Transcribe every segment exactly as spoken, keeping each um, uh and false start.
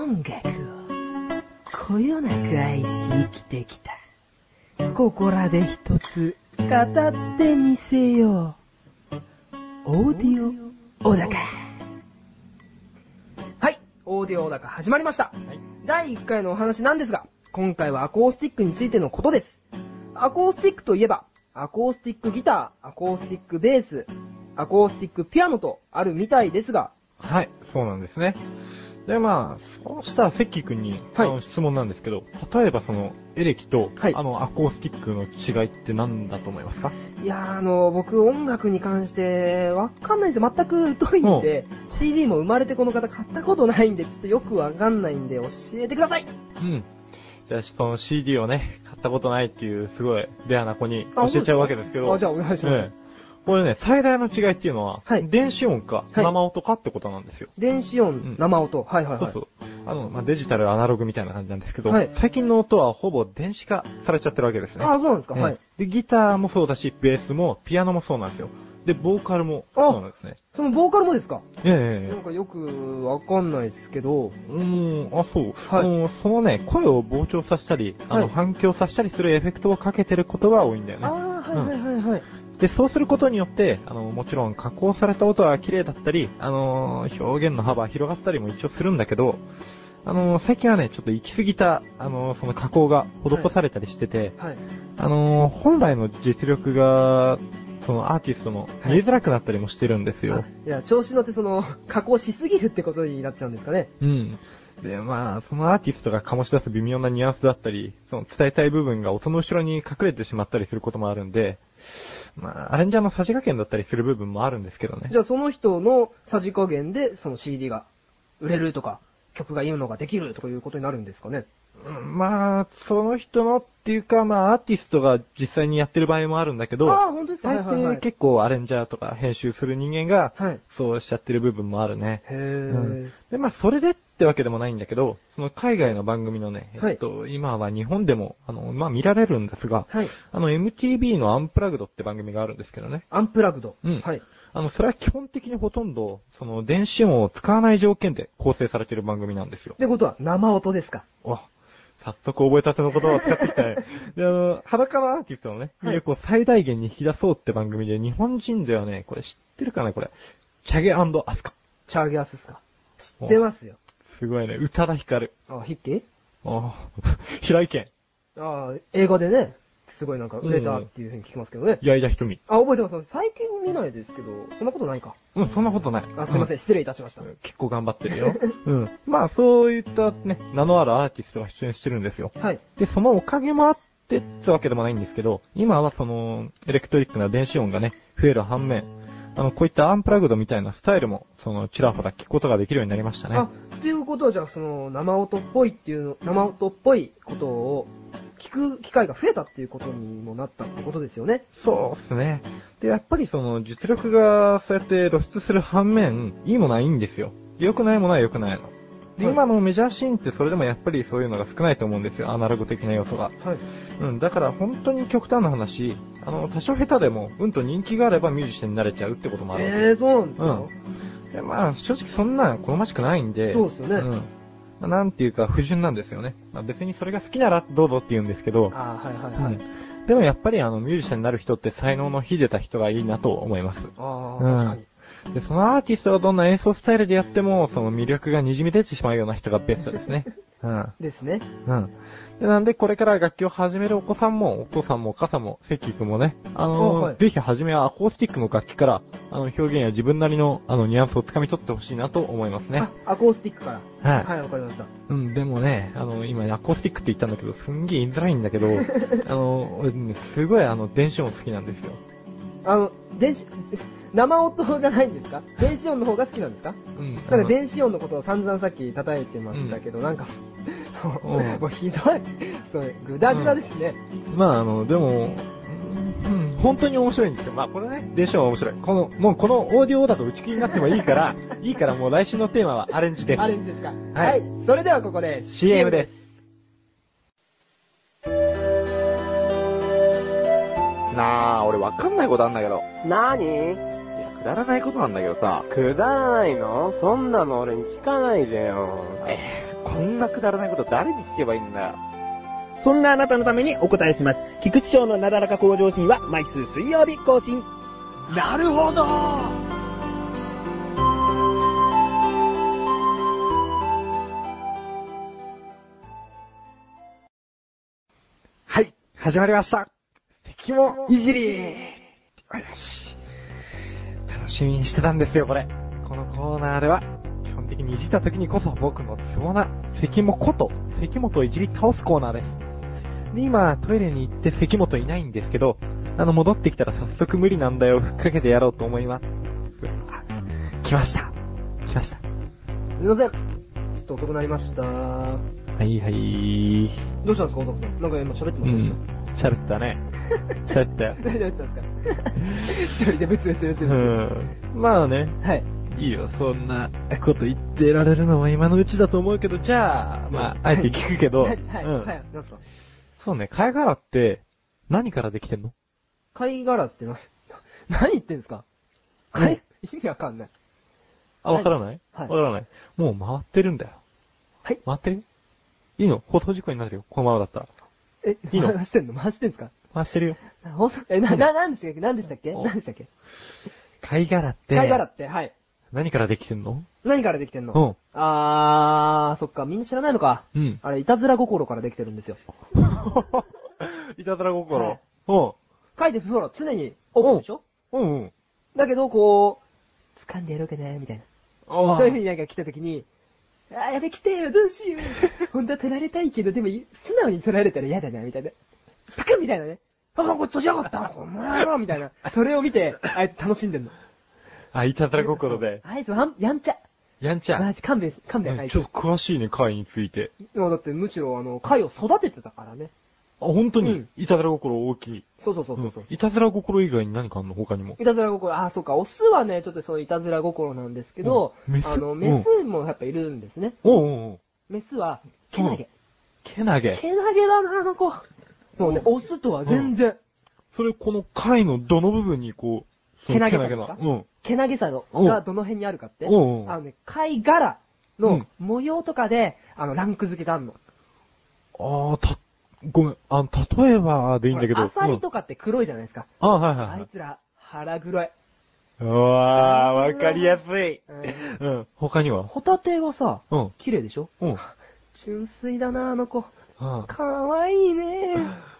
音楽をこよなく愛し生きてきた。ここらで一つ語ってみせよう。オーディオ小高。はい、オーディオ小高始まりました。はい、だいいっかいのお話なんですが、今回はアコースティックについてのことです。アコースティックといえば、アコースティックギター、アコースティックベース、アコースティックピアノとあるみたいですが。 はい、そうなんですね。で、まあ、そうしたらセッキー君に、はい、あの質問なんですけど、例えばそのエレキと、はい、あのアコースティックの違いって何だと思いますか？ いやー、あの、僕音楽に関してわかんないんですよ。全く疎いんで、シーディー も生まれてこの方買ったことないんで、ちょっとよくわかんないんで教えてください。 うん。じゃあ、その シーディー をね、買ったことないっていうすごいレアな子に教えちゃうわけですけど。 あ、じゃあお願いします。ええ、 これね、最大の違いっていうのは、はい、電子音か生音かってことなんですよ。 はい、電子音、うん、生音。はいはいはい。 そうそう。あの、まあ、デジタル、アナログみたいな感じなんですけど、はい、最近の音はほぼ電子化されちゃってるわけですね。 ああ、そうなんですか、うん、はい。 で、ギターもそうだし、ベースも、ピアノもそうなんですよ。で、ボーカルもそうなんですね。 そのボーカルもですか？ ええー。 なんかよくわかんないですけど。 うーん、あ、そう。はい、あの、そのね、声を膨張させたり、あの、はい、反響させたりするエフェクトをかけてることが多いんだよね。 ああ、はいはいはいはい。 うん、で、そうすることによって、あの、もちろん加工された音が綺麗だったり、あの、表現の幅広がったりも一応するんだけど、あの、最近はね、ちょっと行き過ぎた、あの、その加工が施されたりしてて、はいはい、あの、本来の実力が、そのアーティストの見えづらくなったりもしてるんですよ。はい、 いや、調子乗ってその、加工しすぎるってことになっちゃうんですかね。 うん。で、まあ、そのアーティストが醸し出す微妙なニュアンスだったり、その伝えたい部分が音の後ろに隠れてしまったりすることもあるんで、まあ、アレンジャーのさじ加減だったりする部分もあるんですけどね。 じゃあその人のさじ加減で、その シーディー が売れるとか、曲がいいのができるとかいうことになるんですかね。 うん、まあ、その人のっていうか、まあ、アーティストが実際にやってる場合もあるんだけど、 ああ、本当ですか。 大抵結構アレンジャーとか編集する人間が、そうしちゃってる部分もあるね。 へー、 うん。で、まあ、それでってわけでもないんだけど、その海外の番組のね、えっと、はい、今は日本でも、あの、まあ、見られるんですが、はい、あの、エムティービー のアンプラグドって番組があるんですけどね。 アンプラグド。 うん。はい。あの、それは基本的にほとんど、その、電子音を使わない条件で構成されている番組なんですよ。 ってことは、生音ですか？ あ、早速覚えたての言葉を使ってきたね。で、あの、裸のアーティストのね、魅力を最大限に引き出そうって番組で、日本人ではね、これ知ってるかなこれ。チャゲ&アスカ。 チャゲアスですか？知ってますよ。 すごいね。宇多田ヒカル。 あ、ヒッキー？ ああ、平井堅。 ああ、映画でね、すごいなんか売れたっていう風に聞きますけどね。 矢井田瞳。 あ、覚えてます。最近見ないですけど、そんなことないか。 うん、そんなことない。 あ、すいません、うん、失礼いたしました。 結構頑張ってるよ。うん。まあ、そういったね、名のあるアーティストが出演してるんですよ。はい。で、そのおかげもあってってわけでもないんですけど、今はその、エレクトリックな電子音がね、増える反面、あの、こういったアンプラグドみたいなスタイルも、その、ちらほら聞くことができるようになりましたね。 あ、ということはじゃあ、その、生音っぽいっていうの、生音っぽいことを、聞く機会が増えたっていうことにもなったってことですよね。 そうですね。で、やっぱりその、実力がそうやって露出する反面、いいものはいいんですよ。良くないものは良くないの。で、はい、今のメジャーシーンってそれでもやっぱりそういうのが少ないと思うんですよ。アナログ的な要素が。はい。うん、だから本当に極端な話、あの、多少下手でも、うんと人気があればミュージシャンになれちゃうってこともあるわけ。 えー、そうなんですか？ うん。で、まあ、正直そんな好ましくないんで。 そうですよね。 うん。なんていうか不純なんですよね。まあ、別にそれが好きならどうぞって言うんですけど。 ああ、はいはいはい。うん、 でもやっぱりあのミュージシャンになる人って才能の秀でた人がいいなと思います。 ああ、うん、確かに。 で、そのアーティストがどんな演奏スタイルでやっても、その魅力が滲み出てしまうような人がベストですね。うん。 ですね。 うん。で、なんでこれから楽器を始めるお子さんも、お父さんもお母さんも、セッキー君もね、あのーはい、ぜひ初めはアコースティックの楽器から、あの、表現や自分なりの、あの、ニュアンスを掴み取ってほしいなと思いますね。 あ、アコースティックから。 はい。 はい、わかりました。 うん、でもね、あの、今、アコースティックって言ったんだけど、すんげえ言いづらいんだけど、あの、すごいあの、電子音好きなんですよ。 あの、電子、生音じゃないんですか？電子音の方が好きなんですか？うん。なんか電子音のことを散々さっき叩いてましたけど、うん、なんか、もうひどい。それ、グダグダですね。 うん、まあ、あの、でも、うん、本当に面白いんですよ。まあ、これね、電子音は面白い。この、もうこのオーディオだと打ち切りになってもいいから、いいからもう来週のテーマはアレンジです。 アレンジですか。 はい。 はい。それではここでシーエム です。なあ、俺わかんないことあんだけど。 なに？ いや、くだらないことなんだけどさ。 くだらないの？そんなの俺に聞かないでよ。 えー、 こんなくだらないこと誰に聞けばいいんだよ。 そんなあなたのためにお答えします。菊池賞のなだらか向上心は毎週水曜日更新。 なるほど。 はい、始まりました。敵もいじり。よし。楽しみにしてたんですよ、これ。このコーナーでは、基本的にいじった時にこそ僕のツボな関もこと関本をいじり倒すコーナーです。で、今、トイレに行って関本いないんですけど、あの、戻ってきたら早速無理なんだよ、ふっかけてやろうと思います。来ました。来ました。 すいません。ちょっと遅くなりました。 はいはい。 どうしたんですか、小田さん。なんか今喋ってませんでした？ 喋ったね。喋ったよ。 何やったんですか？一人でブツブツブツブツ。 うん。まあね。 はい。 いいよ、そんなこと言ってられるのは今のうちだと思うけど、じゃあ、まあ、あえて聞くけど、 はい、はい、 うん、 はい、なんすか？ そうね、貝殻って何からできてんの？ 貝殻ってな、何言ってんすか？貝、意味わかんない。 あ、わからない？ はい。 わからない。もう回ってるんだよ。 はい。 回ってる？いいの？放送事故になるよ、このままだったら。 え、いいの？回してんの？回してんすか？ 回してるよ。 放送、え、な、な、なんでしたっけ？なんでしたっけ？なんでしたっけ？ 貝殻って、 貝殻って、はい。 何からできてんの？ 何からできてんの？ うん。 あー、そっか、みんな知らないのか。 うん。 あれ、いたずら心からできてるんですよ。 いたずら心。 はい、 うん。 貝ってほら、常にオープンでしょ？ うんうん。 だけど、こう、掴んでやろうかな、みたいな。そういう風になんか来た時に、あー、やべ、来てよ、どうしよう。ほんとは取られたいけど、でも、素直に取られたら嫌だな、みたいな。パクッみたいなね。あー、これ閉じやがった、お前ら、みたいな。それを見て、あいつ楽しんでんの。 あ、いたずら心で。 あいつは、やんちゃ。 やんちゃ。 マジ勘弁し、勘弁、あいつ。 ちょっと詳しいね、貝について。 いや、だってむしろ、あの、貝を育ててたからね。 あ、本当に、 うん、 いたずら心大きい。 そうそうそうそうそう、うん。 いたずら心以外に何かあんの？他にも。 いたずら心、あ、そうか、オスはね、ちょっとそういたずら心なんですけど、 うん、メスあの、メスもやっぱいるんですね。 おうおうおう。 メスは、毛投げ。 毛投げ。 毛投げだな、あの子。もうね、オスとは全然。うん、 それ、この貝のどの部分にこう、 毛投げさですか？ うん。 毛投げさのがどの辺にあるかって？ おうおう。 あのね、貝殻の模様とかで、うん、あの、ランク付けがあるの。 ああ、た、ごめん、あの、例えばでいいんだけど。 アサリとかって黒いじゃないですか。 うん、あはいはい、はい。 あいつら、腹黒い。 うわー、わかりやすい。うん。うん、他には？ ホタテはさ、 うん。 綺麗でしょ？ うん。 純粋だな、あの子。 うん。 かわいいね。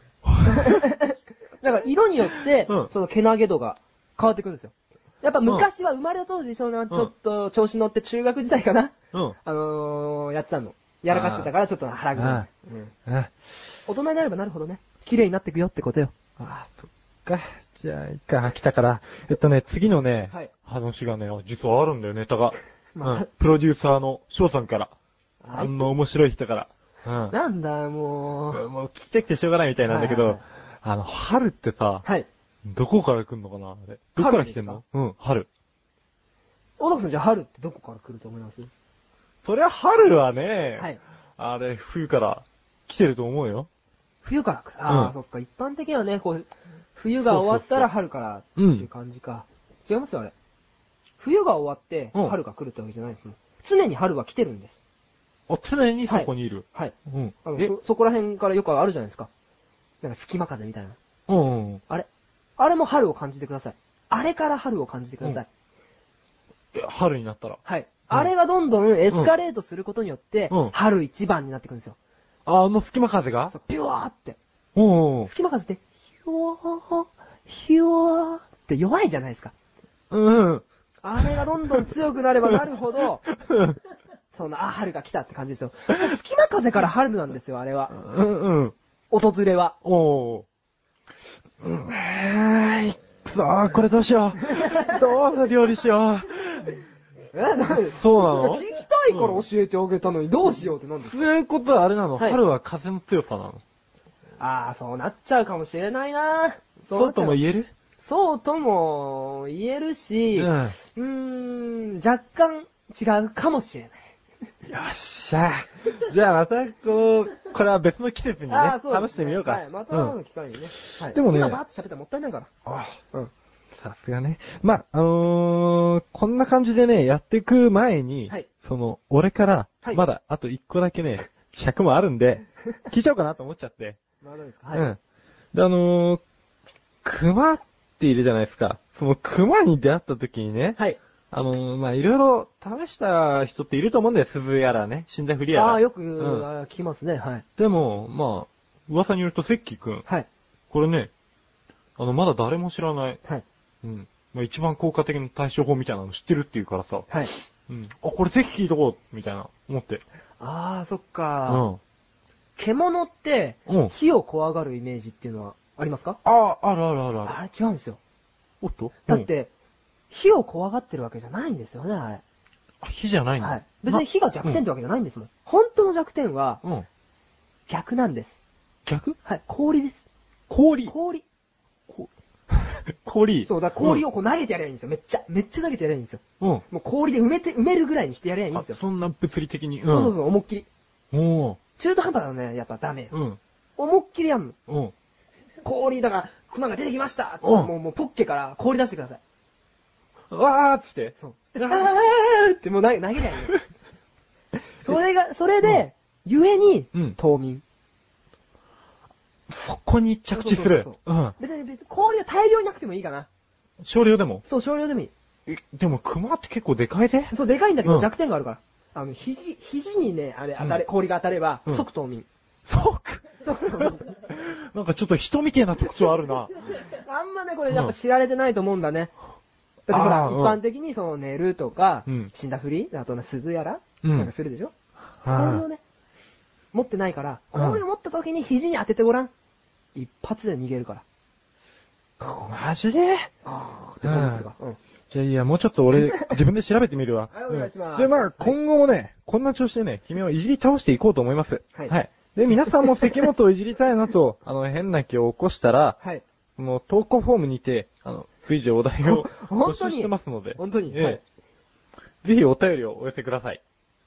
だから色によって、うん、その毛投げ度が変わってくるんですよ。やっぱ昔は生まれた当時、そのちょっと調子乗って中学時代かな。うん。あのー、やってたの。やらかしてたからちょっと腹黒い。うん。大人になればなるほどね、綺麗になっていくよってことよ。 ああ、そっか。じゃあ、いいか、来たから。えっとね、次のね、はい、話がね、実はあるんだよ、ネタが。まあ、うん。プロデューサーの翔さんから。あの面白い人から。 うん。なんだ、もう。 もう聞きたくてしょうがないみたいなんだけど、はいはいはい、あの、春ってさ、 はい。 どこから来るのかなあれ。どこから来てんの？うん、春。 小田さんじゃあ春ってどこから来ると思います？ そりゃ春はね、 はい。 あれ、冬から来てると思うよ。 冬から来る。ああ、うん、そっか。一般的にはね、こう、冬が終わったら春からっていう感じか。うん、違いますよ、あれ。冬が終わって春が来るってわけじゃないですね。うん、常に春は来てるんです。 あ、常にそこにいる。 はい。はい、 うん。 あのそ、そこら辺からよくあるじゃないですか。なんか隙間風みたいな。 うん、うん。 あれあれも春を感じてください。あれから春を感じてください。 うん、春になったら。 はい。うん、あれがどんどんエスカレートすることによって、うん、春一番になってくるんですよ。 あ、あの隙間風が？ そう、ピュワーって。 うん。 隙間風って、ヒュワー、ヒュワーって弱いじゃないですか。 うん。 あれがどんどん強くなればなるほど、その、あ、春が来たって感じですよ。隙間風から春なんですよ、あれは。 うんうん。 訪れは。 おー。うーん。くそー、これどうしよう。どう料理しよう。 え、なにそうなの？ 聞きたいから教えてあげたのに、どうしようってなんですか？ そういうことはあれなの、はい、春は風の強さなの？ ああ、そうなっちゃうかもしれないな。 そうとも言える？ そうとも言えるし、うん、うーん、若干違うかもしれない。 よっしゃ。じゃあまた、こう、これは別の季節にね、ね話してみようか。 はい、またの機会にね。うん、はい。 でもね、 今バーッと喋ったらもったいないから。 ああ、うん。 さすがね。まあ、あのー、こんな感じでね、やっていく前に、 はいその、俺からは、いまだあと一個だけね、尺もあるんで、聞いちゃおうかなと思っちゃって。 まだですか？ うん。で、あのー、熊っているじゃないですか。その熊に出会った時にね、 はい。 あのー、まあ、いろいろ試した人っていると思うんだよ。鈴やらね、死んだふりやら。 ああ、よく、 うんあー聞きますね。はい。 でも、まあ、噂によると、セッキーくん、 はい。 これね、あの、まだ誰も知らない、 はい。 うん。まあ、一番効果的な対処法みたいなの知ってるっていうからさ、 はい。 うん。あ、これぜひ聞いとこうみたいな、思って。 ああ、そっうか。 ん。 獣ってうん、 火を怖がるイメージっていうのはありますか？ あ、あるあるあるある。 あれ違うんですよ。 おっとだっ、て、火を怖がってるわけじゃないんですよね、あれ。 うんあ火じゃないんだ。 はい。別に火が弱点ってわけじゃないんですもん。本当の弱点はうん。うん。 逆なんです。 逆はい。氷です。 氷。 氷。 氷。 そう、だから氷をこう投げてやればいいんですよ。めっちゃ、めっちゃ投げてやればいいんですよ。 うん。 もう氷で埋めて、埋めるぐらいにしてやればいいんあですよ。 そんな物理的に。うん。 そうそうそう、思いっきり。 おー。 中途半端なのね、やっぱダメよ。 うん。 思いっきりやんの。 うん。 氷、だから、熊が出てきましたつってうんもう、もうポッケから氷出してください。 わーっつって。 そう。あーってもう投げ、投げりゃいいよ。それが、それで、ゆえにうん、 冬眠。 そこに着地するそうそう。 うん。 別に、別に氷は大量になくてもいいかな。 少量でも。 そう、少量でもいい。 え、でも熊って結構でかいでそう、でかいんだけどうん弱点があるから。あの、肘、肘にね、あれ、当たれ、 うん氷が当たればう、ん即冬眠。 そうか。 即冬眠。 なんかちょっと人みてえな特徴あるな。 あんまね、これやっぱ知られてないと思うんだね。だってほら、 あーうん一般的にその寝るとかうん、 死んだふり、あとね、鈴やら、 うんなんかするでしょはい氷をね、持ってないから、 うん氷を持った時に肘に当ててごらん。一発で逃げるから。 マジでって感じするわ。うん。 じゃあいいや、もうちょっと俺、自分で調べてみるわ。 はいお願いしますうんで、まあ、 はい今後もね、こんな調子でね、君をいじり倒していこうと思います。 はいで、皆さんも関本をいじりたいなと、あの、変な気を起こしたら、 はい。 この投稿フォームにて、あの、随時お題を本当に募集してますので。 本当にええはいぜひお便りをお寄せください。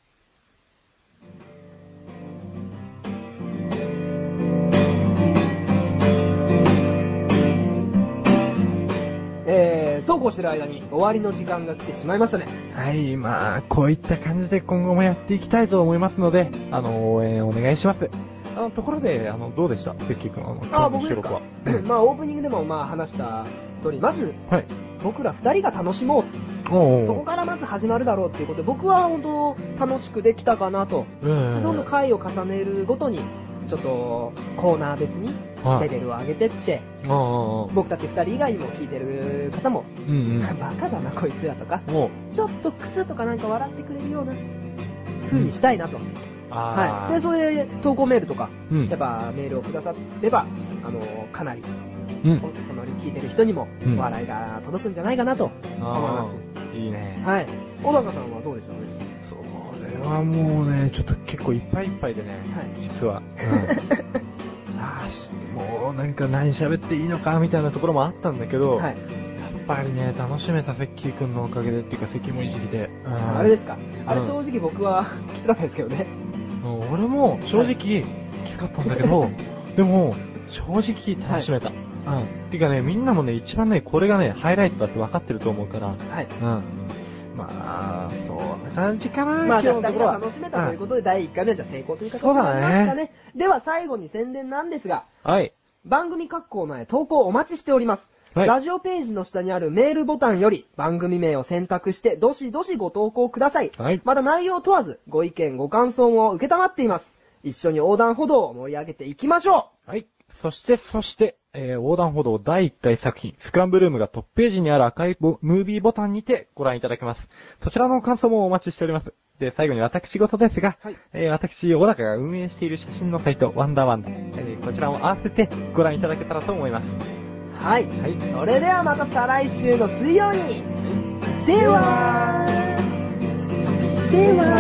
えー、そうこうしてる間に終わりの時間が来てしまいましたね。 はい、まあ、こういった感じで今後もやっていきたいと思いますので、あの、応援お願いします。あの、ところで、あの、どうでした関君、あの、 あ、 今日の収録僕ですかは。 まあ、オープニングでもまあ話した通り、まず、 はい。 僕ら二人が楽しもう。 おそこからまず始まるだろうっていうことで、僕は本当楽しくできたかなと。 うんどんどん回を重ねるごとに、ちょっとコーナー別にはいレベルを上げてって、 ああ、 僕たち二人以外にも聞いてる方も、 うんバカだなこいつらとか、 うん。おちょっとクスとかなんか笑ってくれるような風にしたいなと。はい。で、 ああ、 それで投稿メールとか、 うんやっぱメールをくだされば、あの、かなり、 うん。 その聞いてる人にもうん笑いが届くんじゃないかなと思いまああ、いいねす。。はい。小高さんはどうでしたかね？ それはもうね、ちょっと結構いっぱいいっぱいでね、 はい実は。うん、ああしもうなんか何喋っていいのかみたいなところもあったんだけど、 はい。 やっぱりね、楽しめた関君のおかげでっていうか関もいじりで。うんあれですか？あれうん正直僕はきつかったですけどね。 うん俺も正直きつかったんだけど、でも正直楽しめた。うん。ていうかね、みんなもね、一番ね、これがね、ハイライトだって分かってると思うから、 はい。 うん。まあ、そんな感じかな、 まあ、じゃあ二人今日のところはが楽しめたということで、だいいっかいめはじゃあ成功という形そうだねになりましたね。では最後に宣伝なんですが、 はい。 番組各コーナーへ投稿お待ちしております。 はいラジオページの下にあるメールボタンより番組名を選択してどしどしご投稿ください。 はいまた内容問わずご意見ご感想も受けたまっています。一緒に横断歩道を盛り上げていきましょはい。そして、そして、えー、横断歩道だいいっかい作品、スクランブルルームがトップページにある赤いボムービーボタンにてご覧いただけます。そちらの感想もお待ちしております。で、最後に私事ですが、 はいえー、私、小高が運営している写真のサイト、ワンダーワンダー、えー、こちらも合わせてご覧いただけたらと思います。 う。はい。 はい。 それではまた再来週の水曜に。では、では、